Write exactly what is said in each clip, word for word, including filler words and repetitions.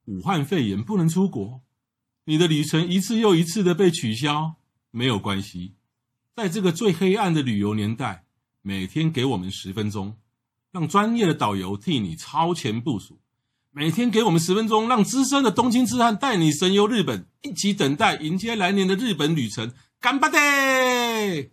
武汉肺炎不能出国，你的旅程一次又一次的被取消，没有关系。在这个最黑暗的旅游年代，每天给我们十分钟，让专业的导游替你超前部署。每天给我们十分钟，让资深的东京之汉带你神游日本，一起等待迎接来年的日本旅程。干巴爹！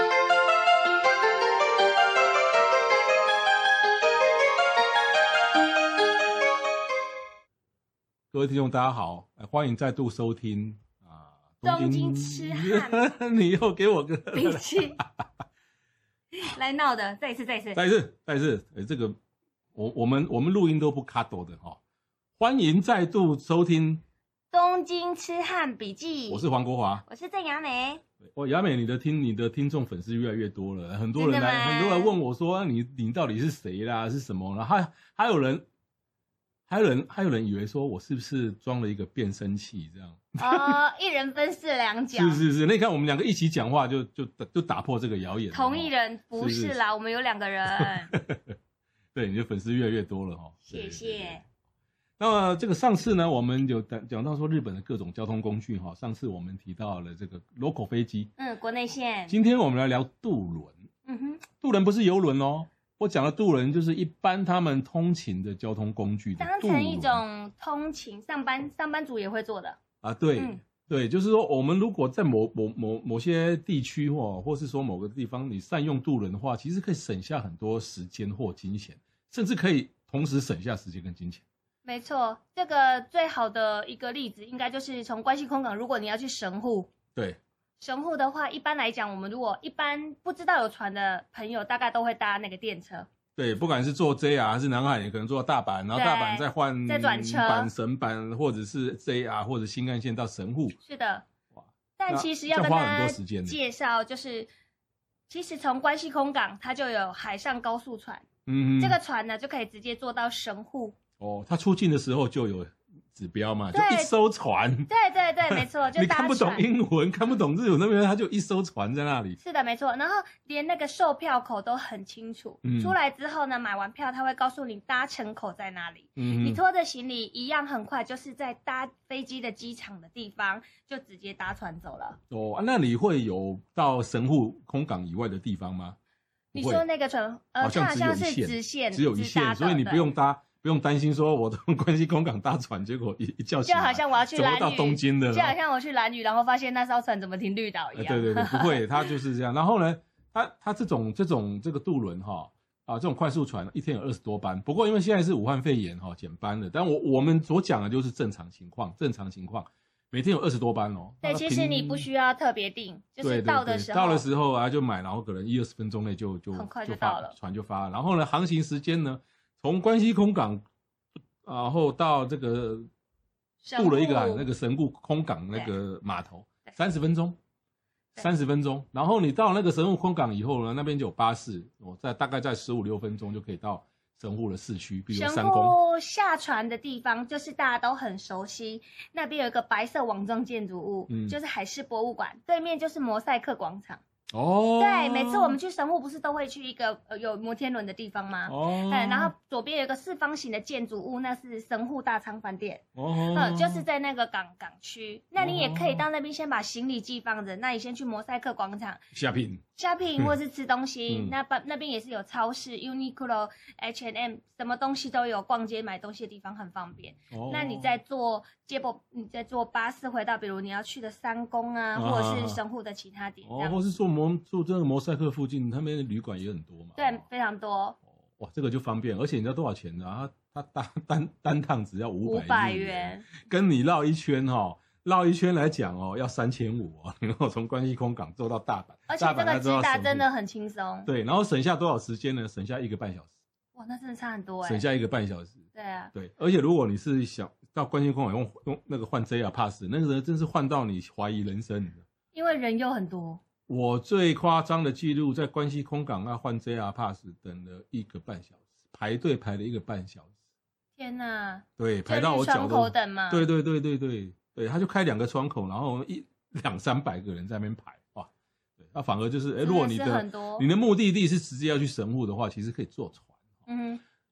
各位听众，大家好，欢迎再度收听啊， 东京痴汉。 你又给我个脾气，来闹的，再一次，再一次， 再一次，再一次。哎，这个我我们我们录音都不卡抖的哈、哦。欢迎再度收听《 东京痴汉笔记》。 我是黄国华， 我是郑雅美。 哦，雅美，你的听你的听众粉丝越来越多了，很多人来，很多人问我说，啊、你你到底是谁啦？是什么？然后还还有人。还有人，还有人以为说我是不是装了一个变声器这样？ 哦，一人分饰两角。 是是是，那你看我们两个一起讲话就，就就就打破这个谣言。 同一人不是啦，是是我们有两个人。 对，你的粉丝越来越多了哈。 谢谢。 那么这个上次呢，我们有讲到说日本的各种交通工具哈。上次我们提到了这个 local 飞机， 嗯，国内线。 今天我们来聊渡轮。 嗯哼， 渡轮不是邮轮哦。我讲的渡轮就是一般他们通勤的交通工具的渡轮， 当成一种通勤上班上班族也会做的啊，对、嗯、对，就是说我们如果在某某某某些地区或或是说某个地方你善用渡轮的话，其实可以省下很多时间或金钱，甚至可以同时省下时间跟金钱。 没错，这个最好的一个例子应该就是从关西空港，如果你要去神户， 对。 神户的话，一般来讲，我们如果一般不知道有船的朋友，大概都会搭那个电车。 对，不管是坐 J R 还是南海，也可能坐到大阪，然后大阪再换再转车阪神阪，或者是 J R 或者新干线到神户。 是的，哇！但其实要跟大家介绍，就是其实从关西空港它就有海上高速船，嗯，这个船呢就可以直接坐到神户。 哦，它出境的时候就有指标嘛，就一艘船。 对对对，没错，就你看不懂英文，看不懂日文，那边它就一艘船在那里。 是的，没错。然后连那个售票口都很清楚。嗯、出来之后呢，买完票他会告诉你搭乘口在哪里。嗯、你拖着行李一样很快，就是在搭飞机的机场的地方就直接搭船走了。 哦，那你会有到神户空港以外的地方吗？ 你说那个船，呃，它好像是直线， 只有一线，所以你不用搭。不用担心说我从关西空港搭船，结果一一觉醒来， 就好像我要去兰屿， 怎么到东京的， 就好像我去兰屿，然后发现那艘船怎么停绿岛一样。 对对对，不会，它就是这样。然后呢，它它这种这种这个渡轮哈啊，这种快速船一天有二十多班。不过因为现在是武汉肺炎哈减班了，但我我们所讲的就是正常情况，正常情况每天有二十多班哦。 对，其实你不需要特别订，就是到的时候， 到的时候啊就买，然后可能一二十分钟内就就很快就到了， 船就发了。然后呢，航行时间呢，从关西空港。然后到这个渡了一个那个神户空港那个码头，三十分钟，三十分钟。然后你到那个神户空港以后呢，那边就有巴士，我在大概在十五六分钟就可以到神户的市区，比如三宫。 神户下船的地方就是大家都很熟悉，那边有一个白色网状建筑物，嗯、就是海事博物馆，对面就是摩赛克广场。 哦， 对，每次我们去神户不是都会去一个、呃、有摩天轮的地方吗？哦，对，然后左边有一个四方形的建筑物，那是神户大仓饭店。哦，呃，就是在那个港港区，那你也可以到那边先把行李寄放着，那你先去摩赛克广场 shopping shopping 或是吃东西，嗯、那那边也是有超市 Uniqlo、H and M 什么东西都有，逛街买东西的地方很方便。哦，那你再坐接驳，你再坐巴士回到，比如你要去的三宫啊，啊或者是神户的其他点， 哦，或是坐摩住这个摩赛克附近，他们的旅馆也很多嘛。 对，非常多。 哇，这个就方便，而且你知道多少钱呢？啊，它单单单趟只要五百元，跟你绕一圈哈、哦，绕一圈来讲哦，要三千五哦。然后从关西空港坐到大阪， 而且这个直达真的很轻松。 对，然后省下多少时间呢？省下一个半小时。 哇，那真的差很多哎。 省下一个半小时。 对啊。 对，而且如果你是想到关西空港用用那个换 J R Pass， 那个人真是换到你怀疑人生。 因为人又很多。 我最夸张的记录在关西空港要换 J R Pass 等了一个半小时，排队排了一个半小时。 天哪！ 对，排到我脚都。 窗口等嘛。 对对对对对对，他就开两个窗口，然后一两三百个人在那边排，哇！对，那反而就是，哎，如果你的你的目的地是直接要去神户的话，其实可以坐船。嗯哼。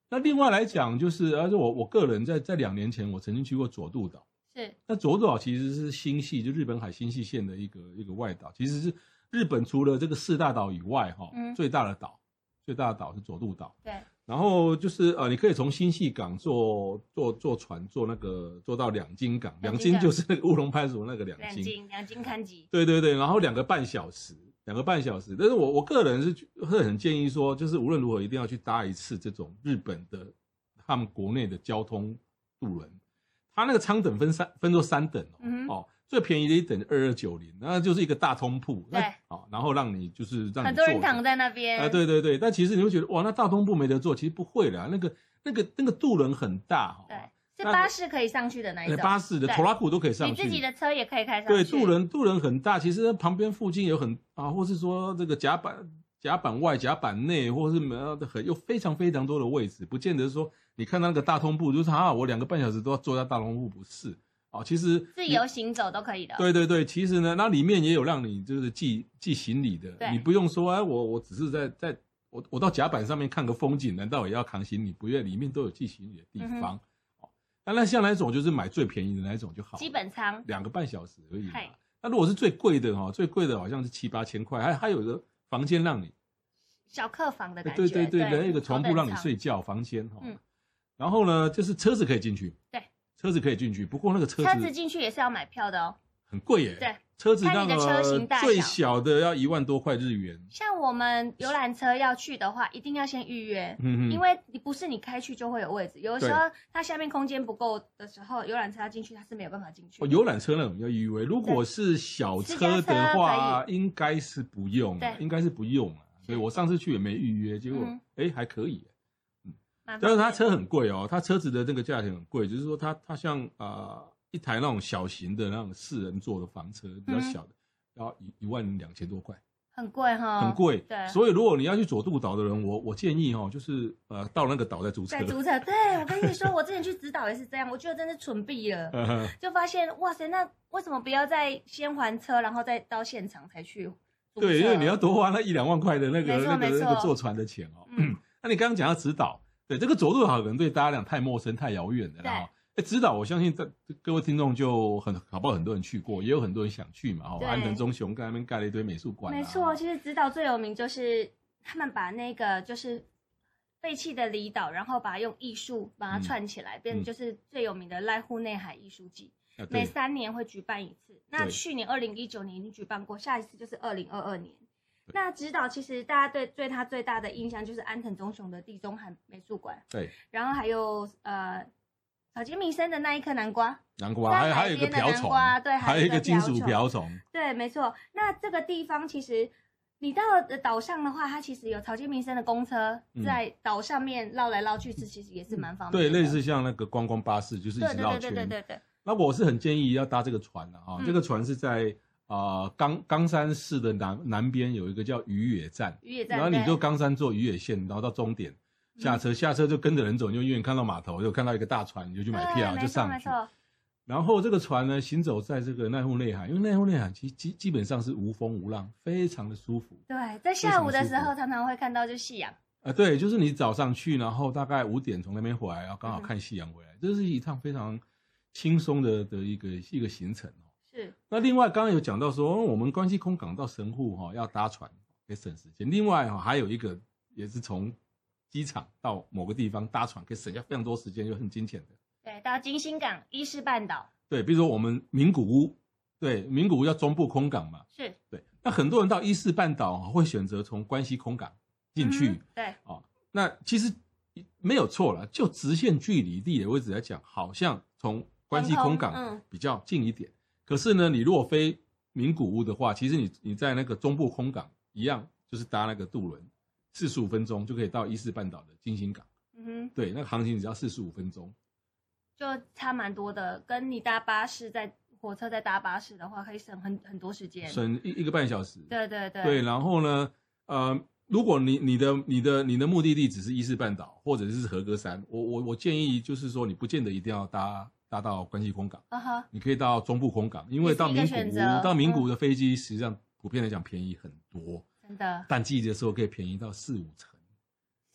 那另外来讲，就是而且我我个人在在两年前，我曾经去过佐渡岛。 是。 那佐渡岛其实是新系，就日本海新系线的一个一个外岛，其实是日本除了这个四大岛以外，哈、嗯，最大的岛，最大的岛是佐渡岛。 对。 然后就是呃，你可以从新系港坐坐坐船坐那个坐到两津港，两津就是那个乌龙派出所那个两津，两津两津勘吉。 对对对，然后两个半小时。两个半小时，但是我我个人是会很建议说，就是无论如何一定要去搭一次这种日本的他们国内的交通渡轮，它那个舱等分三分作三等 哦,、嗯、哦，最便宜的一等二二九零，那就是一个大通铺， 对， 哦，然后让你就是让你很多人躺在那边， 啊、呃，对对对，但其实你会觉得哇，那大通铺没得坐，其实不会啦，那个那个那个渡轮很大， 对。是巴士可以上去的那一种， 巴士的拖拉库都可以上去， 你自己的车也可以开上去。 对，渡轮渡轮很大，其实旁边附近有很啊，或是说这个甲板甲板外、甲板内，或是很有非常非常多的位置，不见得说你看到那个大通铺就是啊，我两个半小时都要坐在大通铺，不是啊，其实自由行走都可以的。 对对对，其实呢，那里面也有让你就是寄寄行李的，你不用说哎，我我只是在在我我到甲板上面看个风景，难道也要扛行李？不愿，里面都有寄行李的地方。嗯，那像那种就是买最便宜的那一种就好， 基本舱两个半小时而已嘛。那如果是最贵的哈，最贵的好像是七八千块，还还有一个房间让你小客房的感觉， 对对对，对，一个床铺让你睡觉，房间哈。嗯。然后呢，就是车子可以进去， 对， 车子可以进去，不过那个车子车子进去也是要买票的哦， 很贵耶。 对。 车子那个最小的要一万多块日元。 像我们游览车要去的话，一定要先预约，嗯，因为你不是你开去就会有位置，有的时候它下面空间不够的时候，游览车要进去它是没有办法进去。 哦，游览车那种要预约，如果是小车的话，应该是不用，对，应该是不用啊。所以我上次去也没预约，结果哎、嗯、还可以，嗯，但是它车很贵哦，它车子的那个价钱很贵，就是说它它像啊。呃一台那种小型的那种四人座的房车，比较小的，然后一一万两千多块， 很贵哈， 很贵。 对， 所以如果你要去佐渡岛的人，我我建议哈，就是呃到那个岛再租车。 再租车，对，我跟你说，我之前去直岛也是这样，我觉得真是蠢毙了，就发现哇塞，那为什么不要再先还车，然后再到现场才去？ 对，因为你要多花那一两万块的那个那个那个坐船的钱哦。嗯，那你刚刚讲到直岛，对这个佐渡岛可能对大家讲太陌生、太遥远的了哈。哎，直岛我相信在各位听众就很搞不好很多人去过，也有很多人想去嘛。哦，安藤忠雄在那边盖了一堆美术馆、啊。 没错，其实直岛最有名就是他们把那个就是废弃的离岛，然后把它用艺术把它串起来，嗯、变成就是最有名的濑户内海艺术季。啊、每三年会举办一次。那去年二零一九年已经举办过，下一次就是二零二二年。那直岛其实大家对对它最大的印象就是安藤忠雄的地中海美术馆。 对， 然后还有呃。草间弥生的那一颗南瓜， 南瓜还还有一个瓢虫， 对， 还有一个金属瓢虫， 对，没错。那这个地方其实你到了岛上的话，它其实有草间弥生的公车在岛上面绕来绕去，是其实也是蛮方便的。 对，类似像那个观光巴士，就是一直绕圈。 对对对对对对。 那我是很建议要搭这个船的哈、嗯，这个船是在啊冈冈山市的南南边有一个叫渔野站， 渔野站， 然后你就冈山坐渔野线，然后到终点。下车，下车就跟着人走，你就远远看到码头，就看到一个大船，你就去买票，就上去。然后这个船呢，行走在这个濑户内海，因为濑户内海其实基基本上是无风无浪，非常的舒服。 对，在下午的时候常常会看到就夕阳。 啊，对，就是你早上去，然后大概五点从那边回来，然后刚好看夕阳回来，嗯、这是一趟非常轻松的的一个一个行程哦。 是。 那另外刚刚有讲到说，我们关西空港到神户哈、哦、要搭船，可以省时间。另外哈、哦、还有一个也是从机场到某个地方搭船可以省下非常多时间，又很金钱的。 对，到金星港、伊势半岛。 对，比如说我们名古屋，对，名古屋叫中部空港嘛。 是。 对，那很多人到伊势半岛会选择从关西空港进去。 嗯、对。 哦，那其实没有错啦，就直线距离地理位置来讲，好像从关西空港比较近一点。嗯、可是呢，你如果飞名古屋的话，其实你你在那个中部空港一样，就是搭那个渡轮。四十五分钟就可以到伊势半岛的金星港，嗯哼，对，那个航行只要四十五分钟， 就差蛮多的。跟你搭巴士在火车再搭巴士的话，可以省很很多时间， 省一一个半小时。 对对对。 对，然后呢，呃，如果你你的你的你的目的地只是伊势半岛或者是和歌山，我我我建议就是说，你不见得一定要搭搭到关西空港，啊哈，你可以到中部空港，因为到名古屋到名古屋的飞机实际上普遍来讲便宜很多。 真的， 淡季的时候可以便宜到四五成，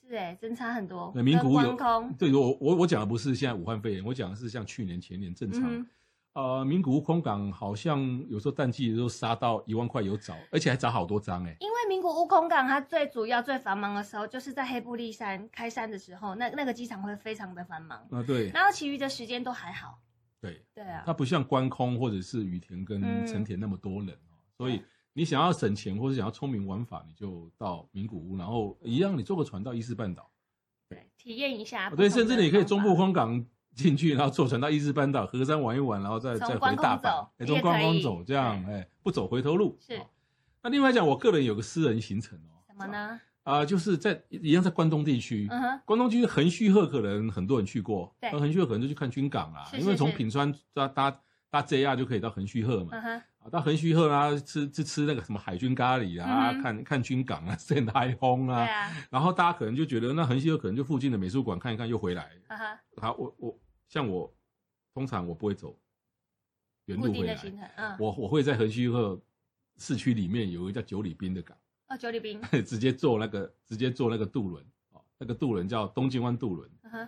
是哎、欸，真差很多。 对，名古屋有， 空对我我我讲的不是现在武汉肺炎，我讲的是像去年前年正常。嗯呃，名古屋空港好像有时候淡季的时候杀到一万块有找，而且还找好多张哎、欸。 因为名古屋空港它最主要最繁忙的时候，就是在黑布利山开山的时候，那那个机场会非常的繁忙。 啊，对。 然后其余的时间都还好。 对。 对啊。 它不像关空或者是羽田跟成田那么多人、嗯、所以你想要省钱或者想要聪明玩法，你就到名古屋，然后一样你坐个船到伊势半岛， 对，体验一下。 对，甚至你可以中部空港进去，然后坐船到伊势半岛、河山玩一玩，然后再再回大阪，哎，从观光走，这样，哎，不走回头路。 是。 那另外讲，我个人有个私人行程哦。 什么呢？ 啊、呃，就是在一样在关东地区， 嗯哼， 关东地区横须贺可能很多人去过， 对， 横须贺可能就去看军港啦，因为从品川搭搭搭 J R 就可以到横须贺嘛， 嗯哼， 啊，到横须贺啊，吃吃吃那个什么海军咖喱啊，嗯、看看军港啊，现代风啊， 对啊， 然后大家可能就觉得那横须贺可能就附近的美术馆看一看又回来， 嗯哼， 好，我我像我通常我不会走原路回来，嗯、我我会在横须贺市区里面有一个叫九里滨的港。 哦，九里滨， 直接坐那个，直接坐那个渡轮，哦，那个渡轮叫东京湾渡轮，嗯哼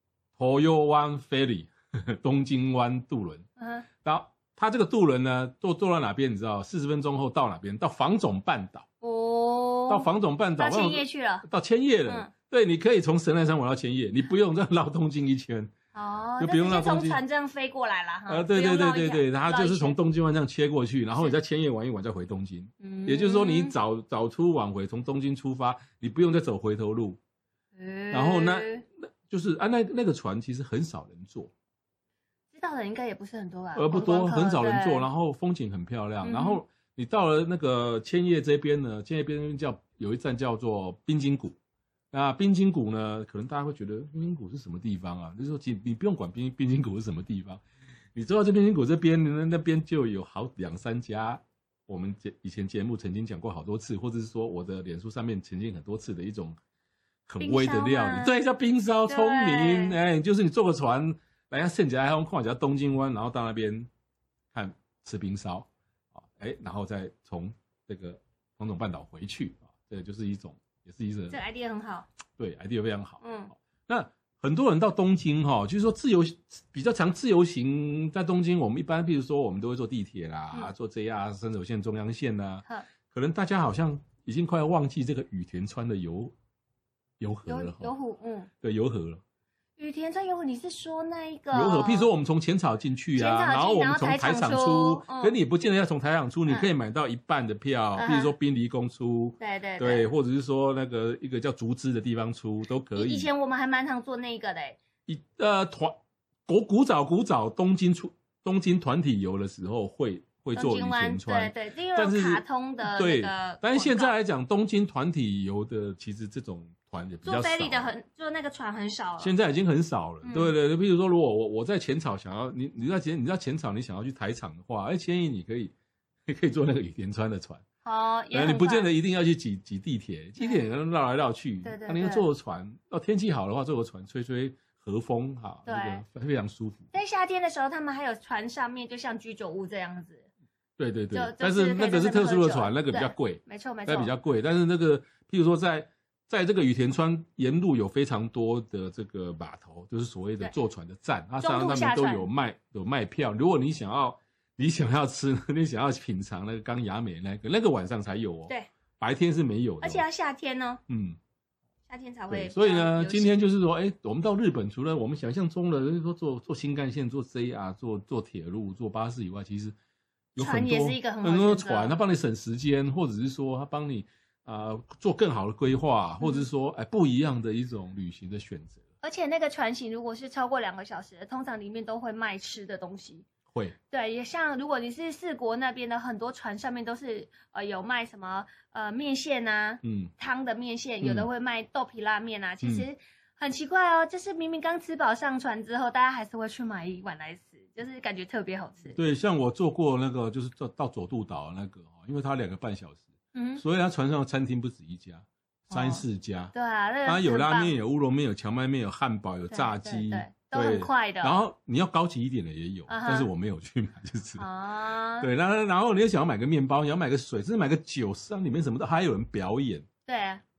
，Toyo One Ferry， 东京湾渡轮，嗯哼，然后它这个渡轮呢，坐坐到哪边？你知道，四十分钟后到哪边？到房总半岛，哦，到房总半岛， 到千叶去了， 到千叶了，嗯、对，你可以从神奈川玩到千叶，你不用再绕东京一圈。 哦， 就不用让从船这样飞过来了哈。 啊，对对对对对，然后就是从东京湾这样切过去，然后你在千叶玩一玩，再回东京。嗯，也就是说你早早出晚回，从东京出发，你不用再走回头路。嗯，然后那那就是啊，那那个船其实很少人坐， 知道的人应该也不是很多吧？ 呃，不多，很少人坐，然后风景很漂亮。然后你到了那个千叶这边呢，千叶边叫有一站叫做滨津谷。那滨津谷呢？可能大家会觉得滨津谷是什么地方啊？就是说，其实你不用管滨滨津谷是什么地方，你知道这滨津谷这边，那那边就有好两三家，我们节以前节目曾经讲过好多次，或者是说我的脸书上面曾经很多次的一种很微的料理，对，叫冰烧聪明，哎，就是你坐个船来下圣甲海空跨东京湾，然后到那边看吃冰烧，啊，哎，然后再从这个房总半岛回去啊，这就是一种。也是一个， 这个 idea 很好， 对 idea 非常好。嗯，那很多人到东京哈、哦，就是说自由比较常自由行，在东京我们一般，比如说我们都会坐地铁啦，嗯、坐 J R 深手线、中央线啦、啊。可能大家好像已经快要忘记这个羽田川的游游河了， 游湖，嗯， 对，游河了。 羽田川游河，你是说那一个游河？譬如说我们从浅草进去啊，然后我们从台场出，嗯、可你也不见得要从台场出，嗯、你可以买到一半的票，嗯、譬如说滨离宫出， 对对对, 对，或者是说那个一个叫竹枝的地方出都可以。 以前我们还蛮常做那个的， 一呃团古古早古早东京出东京团体游的时候会会做羽田川， 对对，因为卡通的对，但是现在来讲东京团体游的其实这种。也比较坐菲利的很，坐那个船很少了。 现在已经很少了，嗯、对对对。比如说，如果我我在浅草想要你，你在前你在浅草你想要去台场的话，哎，建议你可以可以坐那个羽田川的船。 哦，也很你不见得一定要去挤挤地铁，地铁可能绕来绕去。 对对。 那你要坐船，哦，天气好的话，坐个船吹吹和风，哈， 对， 那个非常舒服。 在夏天的时候，他们还有船上面就像居酒屋这样子。 对对对，但是那个是特殊的船，那个比较贵， 没错没错， 那比较贵。但是那个，譬如说在。在这个羽田川沿路有非常多的这个码头，就是所谓的坐船的站，它上面都有卖有卖票。如果你想要你想要吃，你想要品尝那个刚雅美那个，那个晚上才有哦， 对， 白天是没有的、哦， 而且要夏天哦， 嗯， 夏天才会。 所以呢，今天就是说，哎，我们到日本，除了我们想象中的，就是说坐坐新干线、坐 J R、坐坐铁路、坐巴士以外，其实有很多船也是一个很好很多船，它帮你省时间，或者是说它帮你。啊、呃，做更好的规划，或者是说，哎，不一样的一种旅行的选择。 而且那个船型如果是超过两个小时的，通常里面都会卖吃的东西。 会。 对，也像如果你是四国那边的，很多船上面都是呃有卖什么呃面线啊，嗯，汤的面线，有的会卖豆皮拉面啊。嗯、其实很奇怪哦，就是明明刚吃饱上船之后，大家还是会去买一碗来吃，就是感觉特别好吃。 对，像我做过那个，就是到到佐渡岛那个，因为它两个半小时。嗯，所以它船上的餐厅不止一家，三四家。 对啊，那它有拉面、有乌龙面、有荞麦面、有汉堡、有炸鸡， 对，都很快的。 然后你要高级一点的也有，但是我没有去买，就是啊。对，然后然后你又想要买个面包，你要买个水，甚至买个酒，实际上里面什么都还有人表演。 对，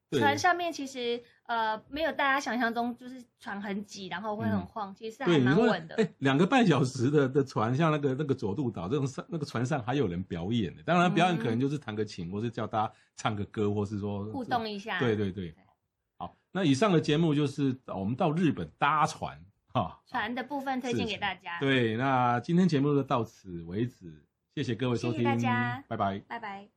船上面其实呃没有大家想象中就是船很挤，然后会很晃，嗯、其实还蛮稳的。 哎，两个半小时的的船，像那个那个佐渡岛这种上那个船上还有人表演的，当然表演可能就是弹个琴，嗯、或是叫大家唱个歌，或是说互动一下。 对对对。好，那以上的节目就是我们到日本搭船哈， 船的部分推荐给大家。 对，那今天节目就到此为止，谢谢各位收听， 谢谢大家， 拜拜， 拜拜。